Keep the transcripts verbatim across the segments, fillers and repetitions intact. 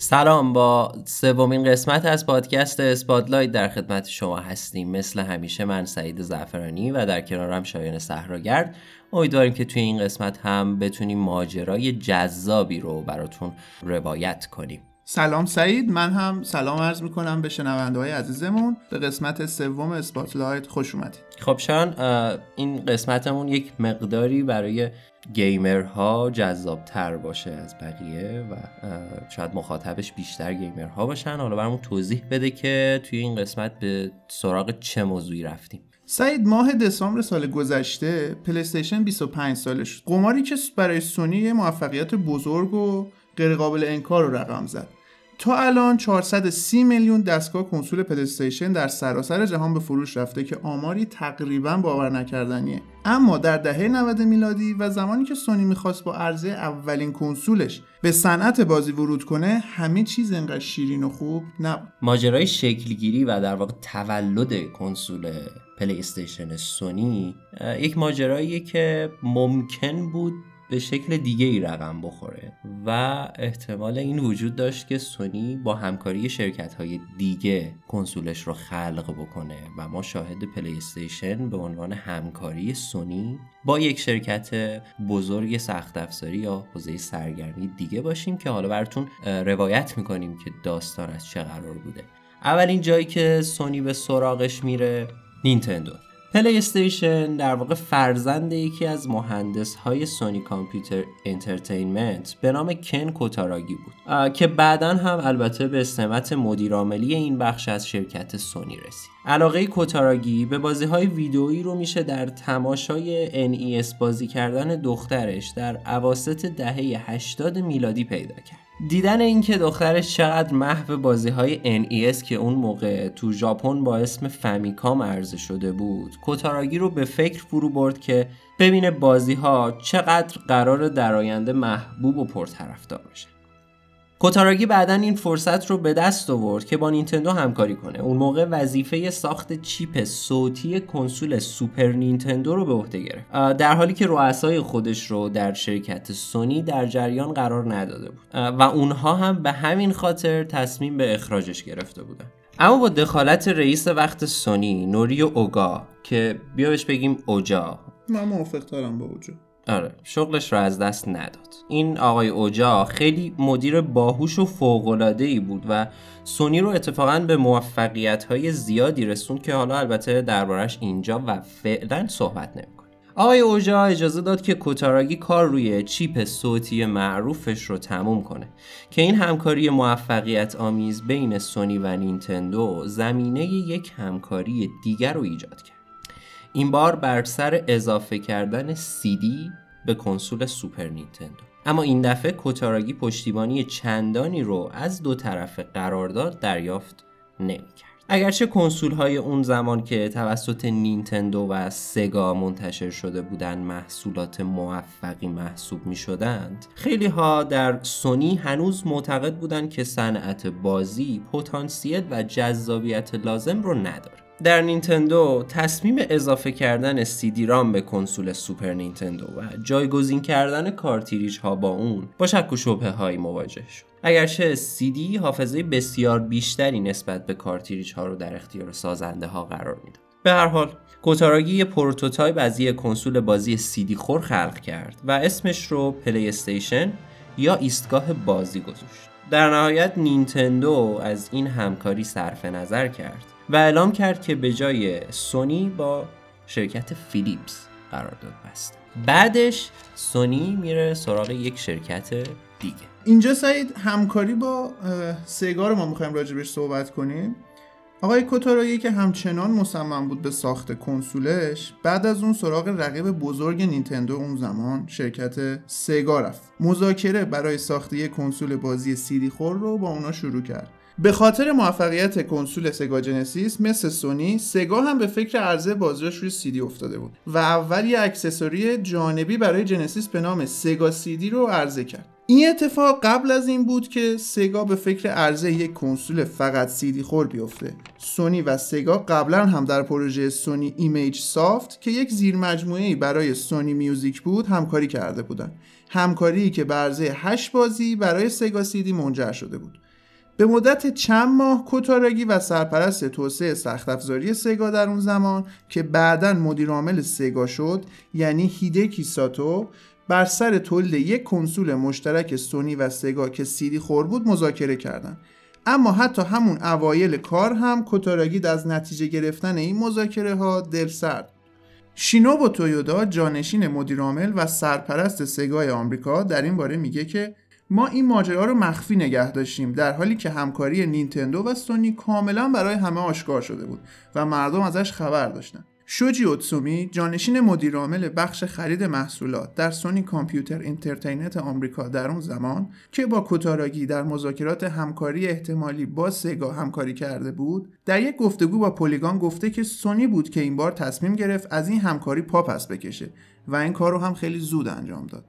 سلام، با سومین قسمت از پادکست اسپاتلایت در خدمت شما هستیم. مثل همیشه من سعید زعفرانی و در کنارم شایان صحراگرد. امیدواریم که توی این قسمت هم بتونیم ماجرای جذابی رو براتون روایت کنیم. سلام سعید، من هم سلام عرض میکنم به شنونده‌های عزیزمون. به قسمت سوم اسپاتلایت خوش اومدید. خب شان، این قسمتمون یک مقداری برای گیمرها جذابتر باشه از بقیه و شاید مخاطبش بیشتر گیمرها باشن. حالا برامون توضیح بده که توی این قسمت به سراغ چه موضوعی رفتیم. سعید، ماه دسامبر سال گذشته پلی استیشن بیست و پنج ساله شد. قماری که برای سونی موفقیت بزرگ و غیر قابل انکار رو رقم زد. تا الان چهارصد و سی میلیون دستگاه کنسول پلی استیشن در سراسر جهان به فروش رفته که آماری تقریباً باور نکردنیه. اما در دهه نود میلادی و زمانی که سونی میخواست با عرضه اولین کنسولش به صنعت بازی ورود کنه، همه چیز انقدر شیرین و خوب نبود. ماجرای شکلگیری و در واقع تولد کنسول پلی استیشن سونی یک ماجراییه که ممکن بود به شکل دیگه ای رقم بخوره و احتمال این وجود داشت که سونی با همکاری شرکت‌های دیگه کنسولش رو خلق بکنه و ما شاهد پلی استیشن به عنوان همکاری سونی با یک شرکت بزرگ سخت افزاری یا حوزه سرگرمی دیگه باشیم که حالا براتون روایت میکنیم که داستان از چه قرار بوده. اولین جایی که سونی به سراغش میره نینتندو. پلی استیشن در واقع فرزند یکی از مهندس‌های سونی کامپیوتر انترتینمنت به نام کن کوتاراگی بود که بعداً هم البته به سمت مدیر عاملی این بخش از شرکت سونی رسید. علاقه کوتاراگی به بازی‌های ویدئویی رو میشه در تماشای ان ای اس بازی کردن دخترش در اواسط دهه هشتاد میلادی پیدا کرد. دیدن این که دخترش چقدر محو بازی‌های ان ای اس که اون موقع تو ژاپن با اسم فامیکام عرضه شده بود، کوتاراگی رو به فکر فرو برد که ببینه بازی‌ها چقدر قراره در آینده محبوب و پرطرفدار بشه. کوتاراگی بعداً این فرصت رو به دست آورد که با نینتندو همکاری کنه. اون موقع وظیفه ساخت چیپ صوتی کنسول سوپر نینتندو رو به عهده گرفت، در حالی که رؤسای خودش رو در شرکت سونی در جریان قرار نداده بود و اونها هم به همین خاطر تصمیم به اخراجش گرفته بودن. اما با دخالت رئیس وقت سونی نوریو اوگا که بیا بهش بگیم اوجا، من موافق دارم با اوجا، آره، شغلش رو از دست نداد. این آقای اوجا خیلی مدیر باهوش و فوق‌العاده‌ای بود و سونی رو اتفاقاً به موفقیت‌های زیادی رسوند که حالا البته دربارش اینجا و فعلا صحبت نمی‌کنیم. آقای اوجا اجازه داد که کوتاراگی کار روی چیپ صوتی معروفش رو تموم کنه که این همکاری موفقیت آمیز بین سونی و نینتندو زمینه یک همکاری دیگر رو ایجاد کرد. این بار بر سر اضافه کردن سی دی به کنسول سوپر نینتندو. اما این دفعه کوتاراگی پشتیبانی چندانی رو از دو طرف قرارداد دریافت نمی‌کرد. اگرچه کنسول‌های اون زمان که توسط نینتندو و سگا منتشر شده بودن محصولات موفقی محسوب می‌شدند، خیلی‌ها در سونی هنوز معتقد بودند که صنعت بازی پتانسیل و جذابیت لازم رو نداره. در نینتندو تصمیم اضافه کردن سی دی رام به کنسول سوپر نینتندو و جایگزین کردن کارتریج ها با اون با شک و شبهه هایی مواجه شد. اگرچه سی دی حافظه بسیار بیشتری نسبت به کارتریج ها رو در اختیار سازنده ها قرار میداد. به هر حال کوتاراگی یه پروتوتایپ از یه کنسول بازی سی دی خور خلق کرد و اسمش رو پلی استیشن یا ایستگاه بازی گذاشت. در نهایت نینتندو از این همکاری صرف نظر کرد و اعلام کرد که به جای سونی با شرکت فیلیپس قرارداد بسته. بعدش سونی میره سراغ یک شرکت دیگه. اینجا سعید همکاری با سگا رو ما میخوایم راجبش صحبت کنیم. آقای کوتاراگی که همچنان مصمم بود به ساخت کنسولش، بعد از اون سراغ رقیب بزرگ نینتندو اون زمان شرکت سگا رفت. مذاکره برای ساخت یک کنسول بازی سی دی خور رو با اونا شروع کرد. به خاطر موفقیت کنسول سگا جنسیس مثل سونی، سگا هم به فکر عرضه بازیاش روی سی دی افتاده بود و اول یه اکسسوری جانبی برای جنسیس به نام سگا سی دی رو عرضه کرد. این اتفاق قبل از این بود که سگا به فکر عرضه یک کنسول فقط سی دی خور بیفته. سونی و سگا قبلا هم در پروژه سونی ایمیج سافت که یک زیرمجموعه‌ای برای سونی میوزیک بود همکاری کرده بودند. همکاری که به عرضه هشت بازی برای سگا سی دی منجر شده بود. به مدت چند ماه کوتاراگی و سرپرست توسعه سخت افزاری سگا در اون زمان که بعداً مدیر عامل سگا شد، یعنی هیدکی ساتو، بر سر تولید یک کنسول مشترک سونی و سگا که سیدی خور بود مذاکره کردند. اما حتی همون اوایل کار هم کوتاراگی از نتیجه گرفتن این مذاکره ها دلسرد. شینوبو تویودا، جانشین مدیر عامل و سرپرست سگای آمریکا، در این باره میگه که ما این ماجرا رو مخفی نگه داشتیم، در حالی که همکاری نینتندو و سونی کاملا برای همه آشکار شده بود و مردم ازش خبر داشتن. شوجی اوتسومی، جانشین مدیر عامل بخش خرید محصولات در سونی کامپیوتر انترتینمنت آمریکا در اون زمان که با کوتاراگی در مذاکرات همکاری احتمالی با سگا همکاری کرده بود، در یک گفتگو با پلیگان گفته که سونی بود که این بار تصمیم گرفت از این همکاری پا پس بکشه و این کار رو هم خیلی زود انجام داد.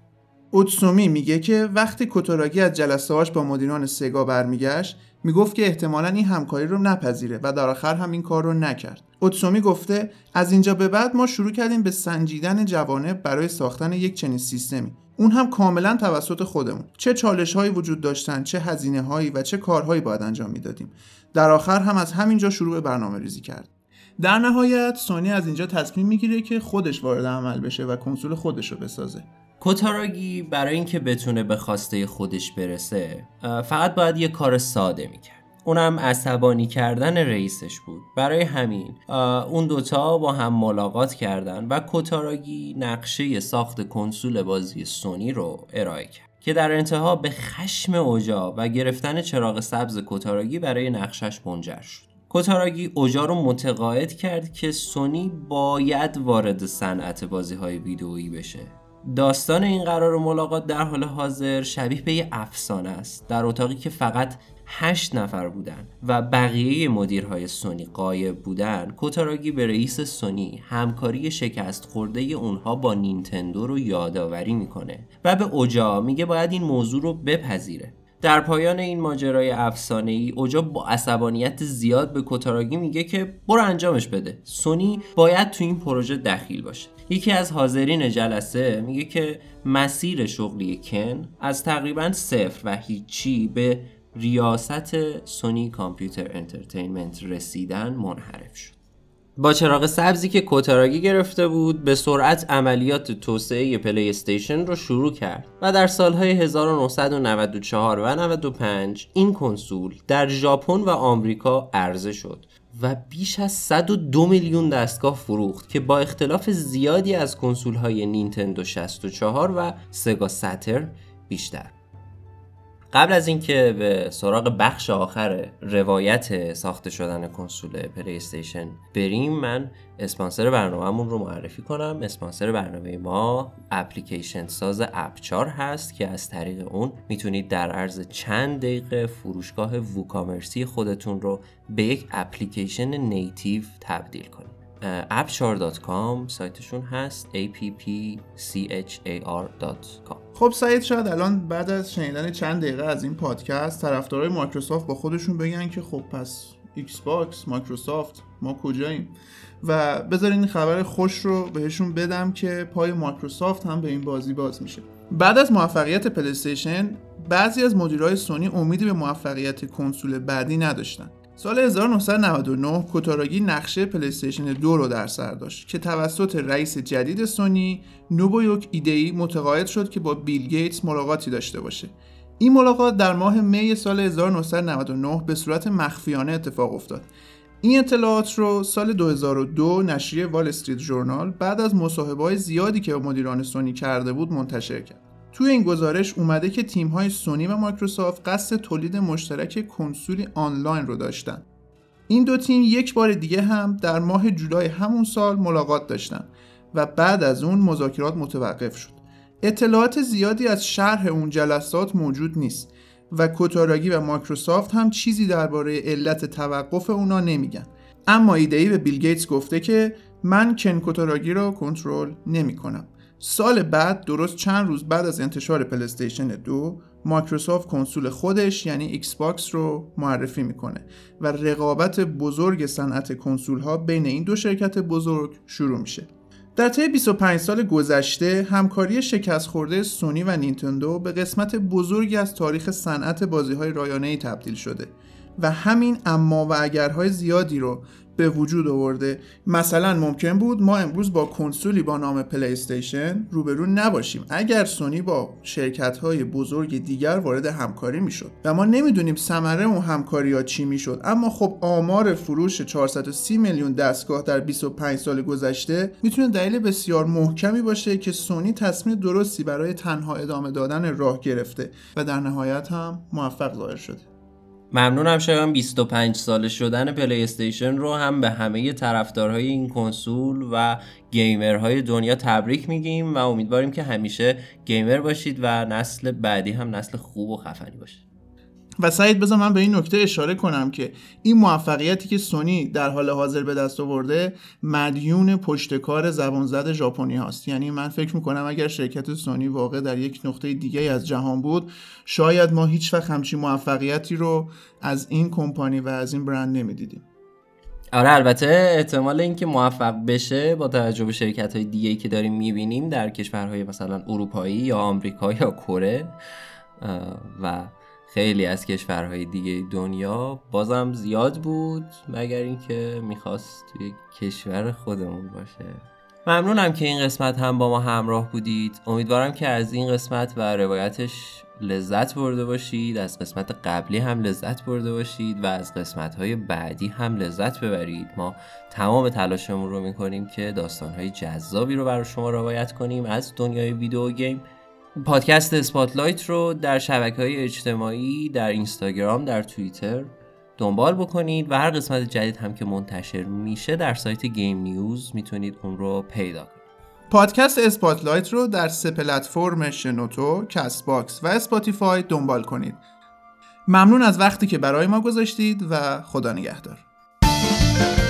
اوتسومی میگه که وقتی کوتاراگی از جلسه‌هاش با مدیران سگا برمیگشت، میگفت که احتمالاً این همکاری رو نپذیره و در آخر هم این کار رو نکرد. اوتسومی گفته از اینجا به بعد ما شروع کردیم به سنجیدن جوانب برای ساختن یک چنین سیستمی، اون هم کاملا توسط خودمون. چه چالش‌هایی وجود داشتن، چه هزینه‌هایی و چه کارهایی باید انجام میدادیم. در آخر هم از همینجا شروع به برنامه‌ریزی کرد. در نهایت سونی از اینجا تصمیم میگیره که خودش وارد عمل بشه و کنسول خودش رو بسازه. کوتاراگی برای اینکه بتونه به خواسته خودش برسه فقط باید یه کار ساده میکرد، اونم عصبانی کردن رئیسش بود. برای همین اون دوتا با هم ملاقات کردن و کوتاراگی نقشه ساخت کنسول بازی سونی رو ارائه کرد که در انتها به خشم اوجا و گرفتن چراغ سبز کوتاراگی برای نقشش منجر شد. کوتاراگی اوجا رو متقاعد کرد که سونی باید وارد صنعت بازی‌های ویدئویی بشه. داستان این قرار ملاقات در حال حاضر شبیه به یه افسانه است. در اتاقی که فقط هشت نفر بودن و بقیه مدیرهای سونی غایب بودن، کوتاراگی به رئیس سونی همکاری شکست خورده اونها با نینتندو رو یادآوری میکنه و به اوجا میگه باید این موضوع رو بپذیره. در پایان این ماجرای افسانه‌ای اوجا با عصبانیت زیاد به کوتاراگی میگه که برو انجامش بده، سونی باید تو این پروژه دخیل باشه. یکی از حاضرین جلسه میگه که مسیر شغلی کن از تقریباً صفر و هیچی به ریاست سونی کامپیوتر انترتینمنت رسیدن منحرف شد. با چراغ سبزی که کوتاراگی گرفته بود، به سرعت عملیات توسعه پلی استیشن رو شروع کرد و در سالهای هزار و نهصد و نود و چهار و نود و پنج این کنسول در ژاپن و آمریکا عرضه شد و بیش از صد و دو میلیون دستگاه فروخت که با اختلاف زیادی از کنسول‌های نینتندو شصت و چهار و سگا ساترن بیشتر. قبل از اینکه به سراغ بخش آخر روایت ساخته شدن کنسول پلی استیشن بریم، من اسپانسر برنامه‌مون رو معرفی کنم. اسپانسر برنامه ما اپلیکیشن ساز اپچار هست که از طریق اون میتونید در عرض چند دقیقه فروشگاه ووکامرسی خودتون رو به یک اپلیکیشن نیتیو تبدیل کنید. اپچار دات کام سایتشون هست ای پی پی سی اچ ای آر دات کام. خب سعید، شاید الان بعد از شنیدن چند دقیقه از این پادکست طرفدارای مایکروسافت با خودشون بگن که خب پس ایکس باکس، مایکروسافت، ما کجاییم؟ و بذارین این خبر خوش رو بهشون بدم که پای مایکروسافت هم به این بازی باز میشه. بعد از موفقیت پلی استیشن، بعضی از مدیرای سونی امیدی به موفقیت کنسول بعدی نداشتن. سال هزار و نهصد و نود و نه کوتاراگی نقشه پلی استیشن دو رو در سر داشت که توسط رئیس جدید سونی نوبویوکی ایدئی متقاعد شد که با بیل گیتس ملاقاتی داشته باشه. این ملاقات در ماه می سال هزار و نهصد و نود و نه به صورت مخفیانه اتفاق افتاد. این اطلاعات رو سال دو هزار و دو نشریه وال استریت ژورنال بعد از مصاحبه‌های زیادی که با مدیران سونی کرده بود منتشر کرد. توی این گزارش اومده که تیم‌های سونی و مایکروسافت قصد تولید مشترک کنسولی آنلاین رو داشتن. این دو تیم یک بار دیگه هم در ماه جولای همون سال ملاقات داشتن و بعد از اون مذاکرات متوقف شد. اطلاعات زیادی از شرح اون جلسات موجود نیست و کوتاراگی و مایکروسافت هم چیزی درباره علت توقف اونا نمیگن. اما ایده‌ای به بیل گیتس گفته که من کن کوتاراگی رو کنترل نمی‌کنم. سال بعد، درست چند روز بعد از انتشار پلی استیشن دو، مایکروسافت کنسول خودش یعنی ایکس باکس رو معرفی میکنه و رقابت بزرگ صنعت کنسول ها بین این دو شرکت بزرگ شروع میشه. در طی بیست و پنج سال گذشته همکاری شکست خورده سونی و نینتندو به قسمت بزرگی از تاریخ صنعت بازی‌های رایانه‌ای تبدیل شده و همین اما و اگرهای زیادی رو به وجود آورده. مثلا ممکن بود ما امروز با کنسولی با نام پلی استیشن روبرو نباشیم اگر سونی با شرکت‌های بزرگ دیگر وارد همکاری میشد و ما نمیدونیم ثمره اون همکاری‌ها چی میشد. اما خب آمار فروش چهارصد و سی میلیون دستگاه در بیست و پنج سال گذشته میتونه دلیل بسیار محکمی باشه که سونی تصمیم درستی برای تنها ادامه دادن راه گرفته و در نهایت هم موفق ظاهر شده. ممنونم شایان. بیست و پنج ساله شدن پلی استیشن رو هم به همه طرفدارهای این کنسول و گیمرهای دنیا تبریک میگیم و امیدواریم که همیشه گیمر باشید و نسل بعدی هم نسل خوب و خفنی باشه. و سعید بذار من به این نکته اشاره کنم که این موفقیتی که سونی در حال حاضر به دست آورده مدیون پشتکار زبانزد ژاپنی هاست. یعنی من فکر میکنم اگر شرکت سونی واقع در یک نقطه دیگه از جهان بود شاید ما هیچ وقت همچین موفقیتی رو از این کمپانی و از این برند نمیدیدیم. آره البته احتمال اینکه موفق بشه با توجه به شرکت‌های دیگه‌ای که داریم می‌بینیم در کشورهای مثلا اروپایی یا آمریکا یا کره و خیلی از کشورهای دیگه دنیا بازم زیاد بود، مگر اینکه میخواست توی کشور خودمون باشه. ممنونم که این قسمت هم با ما همراه بودید. امیدوارم که از این قسمت و روایتش لذت برده باشید، از قسمت قبلی هم لذت برده باشید و از قسمت‌های بعدی هم لذت ببرید. ما تمام تلاشمون رو میکنیم که داستان‌های جذابی رو برای شما روایت کنیم از دنیای ویدیو گیم. پادکست اسپاتلایت رو در شبکه‌های اجتماعی، در اینستاگرام، در توییتر دنبال بکنید و هر قسمت جدید هم که منتشر میشه در سایت گیم نیوز میتونید اون رو پیدا کنید. پادکست اسپاتلایت رو در سه پلتفرم شنوتو، کست باکس و اسپاتیفای دنبال کنید. ممنون از وقتی که برای ما گذاشتید و خدا نگهدار.